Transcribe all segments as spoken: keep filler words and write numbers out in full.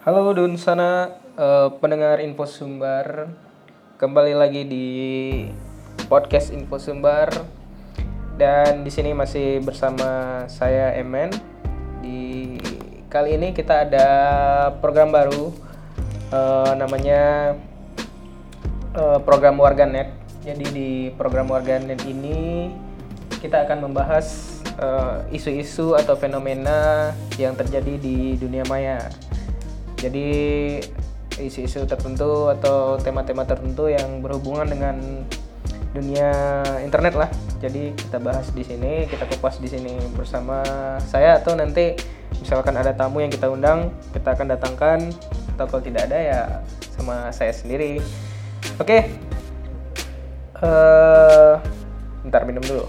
Halo Dun sana, eh, pendengar Info Sumbar, kembali lagi di podcast Info Sumbar dan di sini masih bersama saya Emen. Di kali ini kita ada program baru, eh, namanya eh, program Warganet. Jadi di program Warganet ini kita akan membahas eh, isu-isu atau fenomena yang terjadi di dunia maya. Jadi isu-isu tertentu atau tema-tema tertentu yang berhubungan dengan dunia internet lah. Jadi kita bahas di sini, kita kupas di sini bersama saya, atau nanti misalkan ada tamu yang kita undang, kita akan datangkan, atau kalau tidak ada ya sama saya sendiri. Oke. Uh, bentar minum dulu.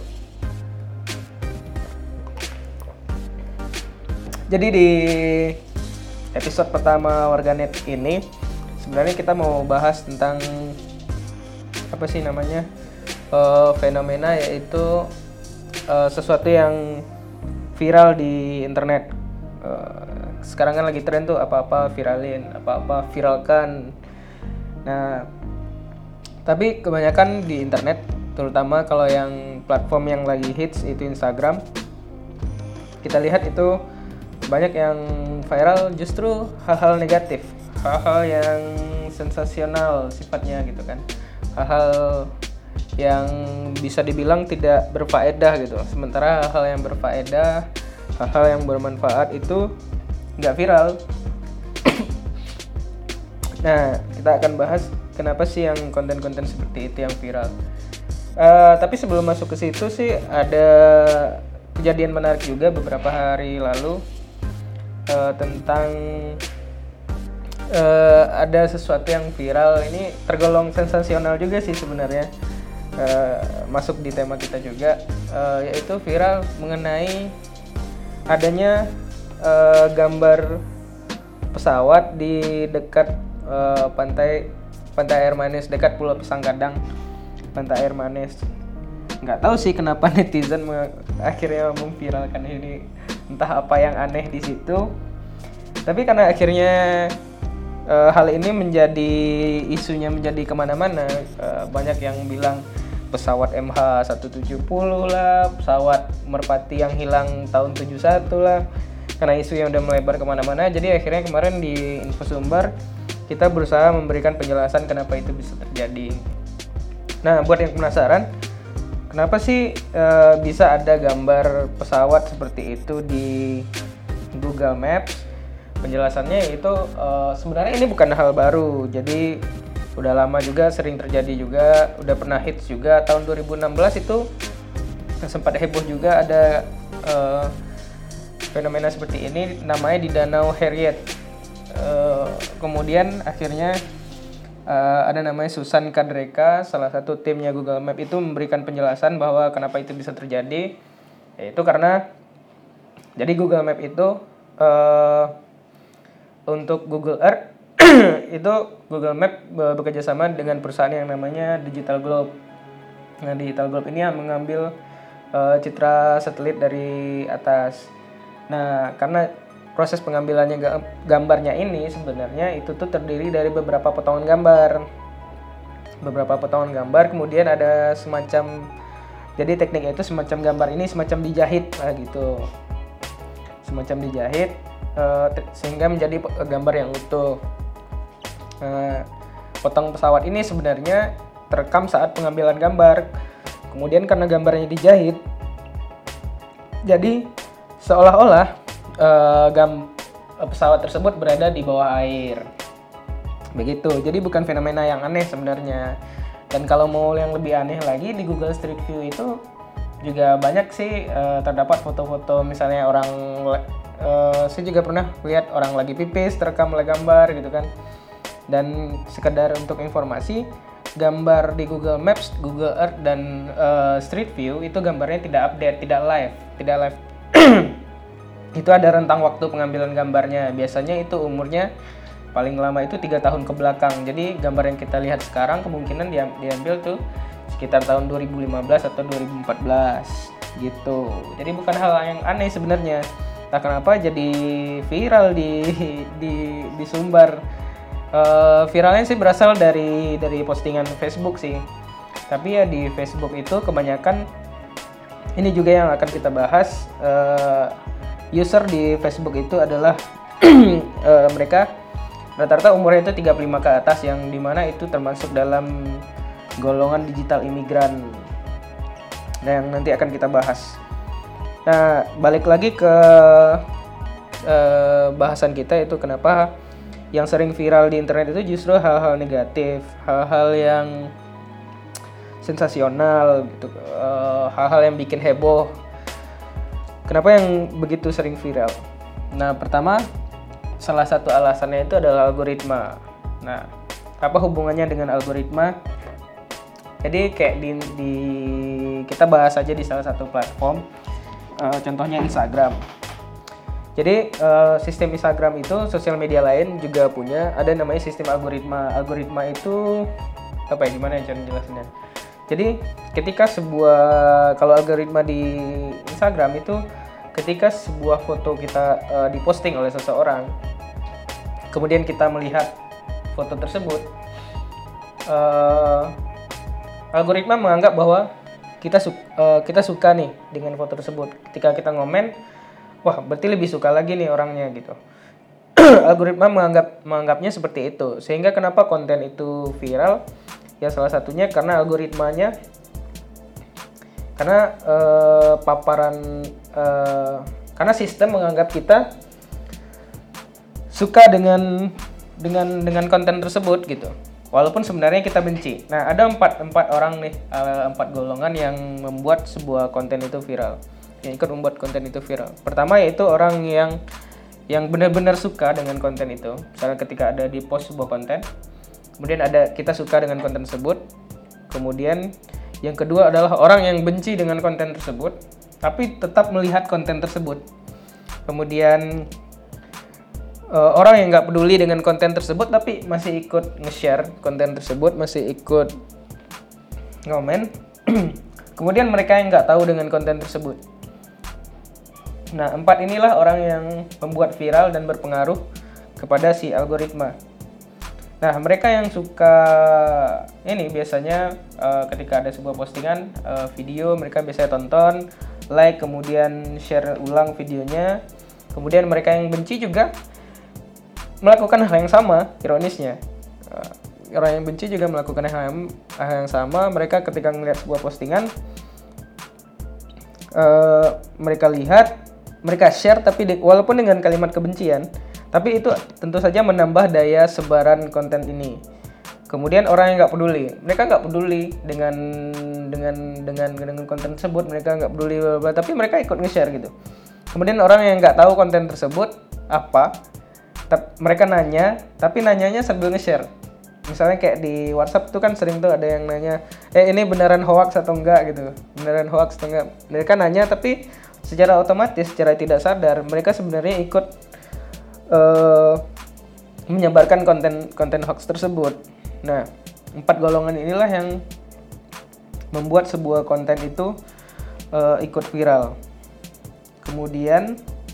Jadi di episode pertama Warganet ini sebenarnya kita mau bahas tentang apa sih namanya uh, fenomena, yaitu uh, sesuatu yang viral di internet. Uh, sekarang kan lagi tren tuh apa-apa viralin, apa-apa viralkan. Nah, tapi kebanyakan di internet, terutama kalau yang platform yang lagi hits itu Instagram, kita lihat itu banyak yang viral justru hal-hal negatif, hal-hal yang sensasional sifatnya gitu kan, hal-hal yang bisa dibilang tidak berfaedah gitu. Sementara hal-hal yang berfaedah, hal-hal yang bermanfaat itu nggak viral. Nah, kita akan bahas kenapa sih yang konten-konten seperti itu yang viral. Uh, tapi sebelum masuk ke situ sih ada kejadian menarik juga beberapa hari lalu. Uh, tentang uh, ada sesuatu yang viral, ini tergolong sensasional juga sih sebenarnya, uh, masuk di tema kita juga, uh, yaitu viral mengenai adanya uh, gambar pesawat di dekat uh, pantai pantai air manis, dekat Pulau Pesanggadang, pantai air manis. Nggak tahu sih kenapa netizen me- akhirnya memviralkan ini, entah apa yang aneh di situ. Tapi karena akhirnya e, hal ini menjadi isunya menjadi kemana-mana, e, banyak yang bilang pesawat M H seratus tujuh puluh lah, pesawat Merpati yang hilang tahun tujuh puluh satu lah. Karena isu yang udah melebar kemana-mana, jadi akhirnya kemarin di Info Sumbar kita berusaha memberikan penjelasan kenapa itu bisa terjadi. Nah, buat yang penasaran, kenapa sih e, bisa ada gambar pesawat seperti itu di Google Maps? Penjelasannya itu e, sebenarnya ini bukan hal baru. Jadi udah lama juga, sering terjadi juga, udah pernah hits juga. Tahun dua ribu enam belas itu sempat heboh juga, ada e, fenomena seperti ini, namanya di Danau Harriet. E, kemudian akhirnya Uh, ada namanya Susan Kadreka, salah satu timnya Google Map, itu memberikan penjelasan bahwa kenapa itu bisa terjadi, yaitu karena jadi Google Map itu uh, untuk Google Earth itu Google Map bekerja sama dengan perusahaan yang namanya Digital Globe. Nah, Digital Globe ini yang mengambil uh, citra satelit dari atas. Nah, karena proses pengambilannya gambarnya ini sebenarnya itu tuh terdiri dari beberapa potongan gambar. Beberapa potongan gambar, kemudian ada semacam, jadi tekniknya itu semacam gambar ini semacam dijahit lah gitu. Semacam dijahit uh, sehingga menjadi gambar yang utuh. Nah, potong pesawat ini sebenarnya terekam saat pengambilan gambar. Kemudian karena gambarnya dijahit, jadi seolah-olah Uh, gam, pesawat tersebut berada di bawah air. Begitu. Jadi bukan fenomena yang aneh sebenarnya. Dan kalau mau yang lebih aneh lagi, di Google Street View itu juga banyak sih uh, terdapat foto-foto, misalnya orang uh, saya juga pernah lihat orang lagi pipis terekam oleh gambar gitu kan. Dan sekedar untuk informasi, gambar di Google Maps, Google Earth dan uh, Street View itu gambarnya tidak update, tidak live, tidak live. Itu ada rentang waktu pengambilan gambarnya. Biasanya itu umurnya paling lama itu tiga tahun ke belakang. Jadi gambar yang kita lihat sekarang kemungkinan diambil tuh sekitar tahun dua ribu lima belas atau dua ribu empat belas gitu. Jadi bukan hal yang aneh sebenarnya. Tak kenapa jadi viral di di di Sumbar. Uh, viralnya sih berasal dari dari postingan Facebook sih. Tapi ya di Facebook itu kebanyakan, ini juga yang akan kita bahas, uh, user di Facebook itu adalah uh, mereka rata-rata umurnya itu tiga puluh lima ke atas, yang dimana itu termasuk dalam golongan digital imigran. Nah, yang nanti akan kita bahas. Nah, balik lagi ke uh, bahasan kita, itu kenapa yang sering viral di internet itu justru hal-hal negatif, hal-hal yang sensasional gitu, uh, hal-hal yang bikin heboh. Kenapa yang begitu sering viral? Nah, pertama, salah satu alasannya itu adalah algoritma. Nah, apa hubungannya dengan algoritma? Jadi kayak di, di kita bahas aja di salah satu platform. Uh, contohnya Instagram. Jadi uh, sistem Instagram itu, sosial media lain juga punya, ada namanya sistem algoritma. Algoritma itu apa ya? Gimana ya cara jelasinnya? Jadi ketika sebuah, kalau algoritma di Instagram itu, ketika sebuah foto kita uh, diposting oleh seseorang, kemudian kita melihat foto tersebut, uh, algoritma menganggap bahwa kita su- uh, kita suka nih dengan foto tersebut. Ketika kita ngomen, wah berarti lebih suka lagi nih orangnya gitu. Algoritma menganggap menganggapnya seperti itu. Sehingga kenapa konten itu viral? Ya salah satunya karena algoritmanya, karena uh, paparan uh, karena sistem menganggap kita suka dengan dengan dengan konten tersebut gitu. Walaupun sebenarnya kita benci. Nah, ada empat, empat orang nih, uh, empat golongan yang membuat sebuah konten itu viral, yang ikut membuat konten itu viral. Pertama yaitu orang yang yang benar-benar suka dengan konten itu. Misalnya ketika ada di post sebuah konten, kemudian ada kita suka dengan konten tersebut. Kemudian yang kedua adalah orang yang benci dengan konten tersebut, tapi tetap melihat konten tersebut. Kemudian Uh, orang yang nggak peduli dengan konten tersebut tapi masih ikut nge-share konten tersebut, masih ikut ngomen. Kemudian mereka yang nggak tahu dengan konten tersebut. Nah, empat inilah orang yang membuat viral dan berpengaruh kepada si algoritma. Nah, mereka yang suka ini biasanya uh, ketika ada sebuah postingan uh, video, mereka biasanya tonton, like, kemudian share ulang videonya. Kemudian mereka yang benci juga melakukan hal yang sama, ironisnya. Uh, orang yang benci juga melakukan hal yang, hal yang sama. Mereka ketika melihat sebuah postingan, uh, mereka lihat, mereka share, tapi de- walaupun dengan kalimat kebencian, tapi itu tentu saja menambah daya sebaran konten ini. Kemudian orang yang nggak peduli, mereka nggak peduli dengan dengan dengan dengan konten tersebut, mereka nggak peduli, bla bla, tapi mereka ikut nge-share gitu. Kemudian orang yang nggak tahu konten tersebut apa, mereka nanya, tapi nanyanya sambil nge-share. Misalnya kayak di WhatsApp tuh kan sering tuh ada yang nanya, eh ini beneran hoax atau enggak gitu, beneran hoax atau enggak. Mereka nanya, tapi secara otomatis, secara tidak sadar, mereka sebenarnya ikut uh, menyebarkan konten konten hoax tersebut. Nah, empat golongan inilah yang membuat sebuah konten itu uh, ikut viral. Kemudian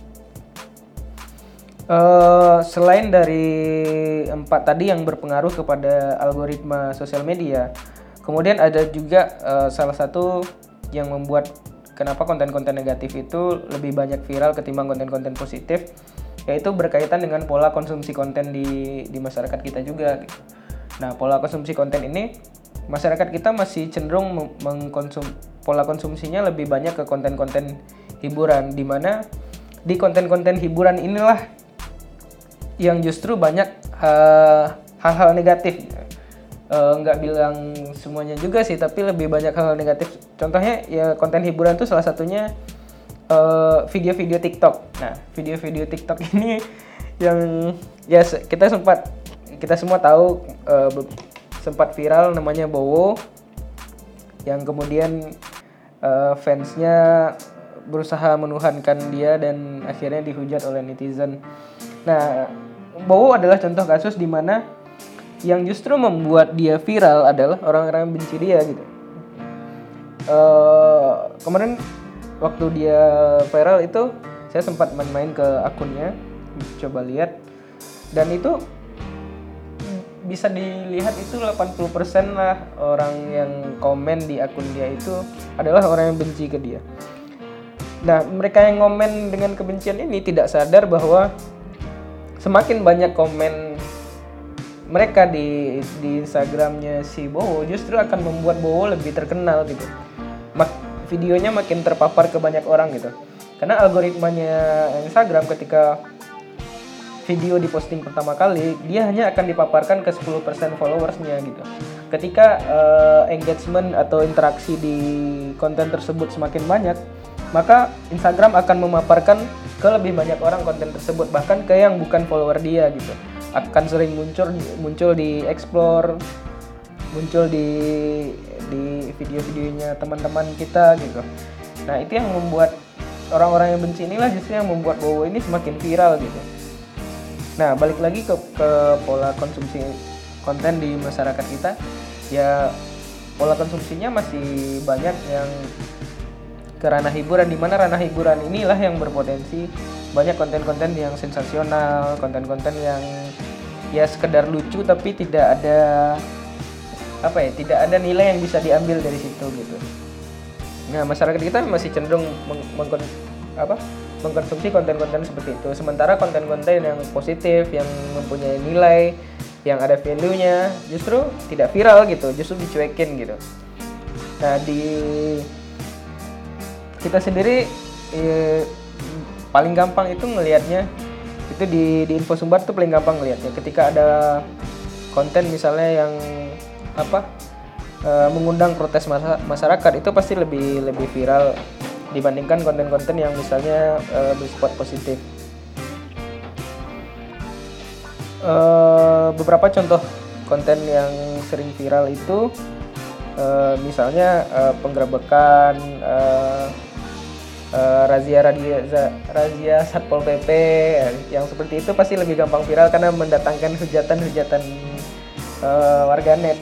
Uh, selain dari empat tadi yang berpengaruh kepada algoritma sosial media, kemudian ada juga uh, salah satu yang membuat kenapa konten-konten negatif itu lebih banyak viral ketimbang konten-konten positif, yaitu berkaitan dengan pola konsumsi konten di di masyarakat kita juga. Nah, pola konsumsi konten ini, masyarakat kita masih cenderung mengkonsum pola konsumsinya lebih banyak ke konten-konten hiburan, di mana di konten-konten hiburan inilah yang justru banyak uh, hal-hal negatif. Uh, nggak bilang semuanya juga sih, tapi lebih banyak hal-hal negatif. Contohnya ya konten hiburan tuh salah satunya uh, video-video TikTok. Nah, video-video TikTok ini yang ya kita sempat kita semua tahu uh, sempat viral, namanya Bowo, yang kemudian uh, fansnya berusaha menuhankan dia dan akhirnya dihujat oleh netizen. Nah, Bowo adalah contoh kasus di mana yang justru membuat dia viral adalah orang-orang yang benci dia gitu. Uh, kemarin waktu dia viral itu Saya sempat main-main ke akunnya, coba lihat, dan itu bisa dilihat itu delapan puluh persen lah orang yang komen di akun dia itu adalah orang yang benci ke dia. Nah, mereka yang komen dengan kebencian ini tidak sadar bahwa semakin banyak komen mereka di di Instagramnya si Bowo justru akan membuat Bowo lebih terkenal gitu. Mak, videonya makin terpapar ke banyak orang gitu. Karena algoritmanya Instagram ketika video diposting pertama kali, dia hanya akan dipaparkan ke sepuluh persen followersnya gitu. Ketika uh, engagement atau interaksi di konten tersebut semakin banyak, maka Instagram akan memaparkan ke lebih banyak orang konten tersebut, bahkan ke yang bukan follower dia gitu. Akan sering muncul muncul di explore, muncul di di video-videonya teman-teman kita gitu. Nah, itu yang membuat orang-orang yang benci inilah justru yang membuat Bowo ini semakin viral gitu. Nah, balik lagi ke, ke pola konsumsi konten di masyarakat kita, ya pola konsumsinya masih banyak yang ke ranah hiburan, di mana ranah hiburan inilah yang berpotensi banyak konten-konten yang sensasional, konten-konten yang ya sekedar lucu tapi tidak ada apa ya, tidak ada nilai yang bisa diambil dari situ gitu. Nah, masyarakat kita masih cenderung meng, meng, apa, mengkonsumsi konten-konten seperti itu. Sementara konten-konten yang positif, yang mempunyai nilai, yang ada value-nya justru tidak viral gitu, justru dicuekin gitu. Nah, di kita sendiri eh, paling gampang itu ngelihatnya itu di di info sumber tuh paling gampang ngelihatnya ketika ada konten misalnya yang apa e, mengundang protes masa, masyarakat, itu pasti lebih lebih viral dibandingkan konten-konten yang misalnya e, bersifat positif. E, beberapa contoh konten yang sering viral itu e, misalnya e, penggerebekan, e, Uh, razia razia razia Satpol P P, yang seperti itu pasti lebih gampang viral karena mendatangkan hujatan-hujatan uh, warganet.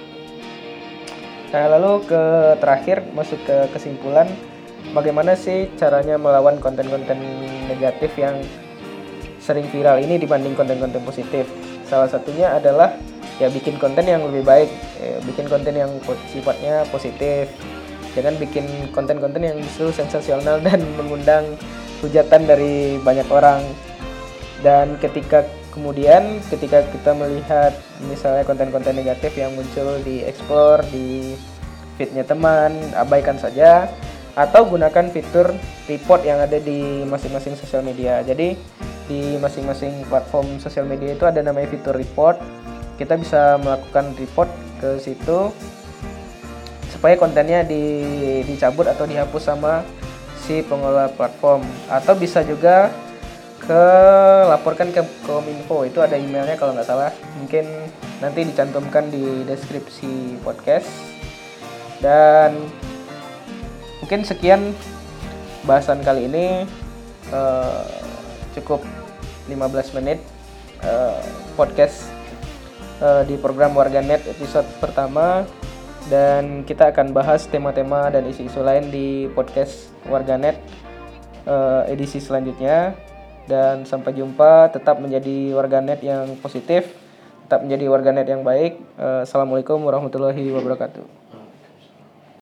Nah, lalu ke terakhir masuk ke kesimpulan, bagaimana sih caranya melawan konten-konten negatif yang sering viral ini dibanding konten-konten positif? Salah satunya adalah ya bikin konten yang lebih baik, ya, bikin konten yang sifatnya positif. Jangan bikin konten-konten yang justru sensasional dan mengundang hujatan dari banyak orang. Dan ketika kemudian ketika kita melihat misalnya konten-konten negatif yang muncul di explore di feed-nya teman, abaikan saja atau gunakan fitur report yang ada di masing-masing sosial media. Jadi di masing-masing platform sosial media itu ada namanya fitur report. Kita bisa melakukan report ke situ supaya kontennya di, dicabut atau dihapus sama si pengelola platform, atau bisa juga ke laporkan ke Kominfo, itu ada emailnya kalau nggak salah, mungkin nanti dicantumkan di deskripsi podcast. Dan mungkin sekian bahasan kali ini, uh, cukup lima belas menit uh, podcast uh, di program Warganet episode pertama. Dan kita akan bahas tema-tema dan isu-isu lain di podcast Warganet uh, edisi selanjutnya. Dan sampai jumpa, tetap menjadi warganet yang positif, tetap menjadi warganet yang baik. Uh, Assalamualaikum warahmatullahi wabarakatuh.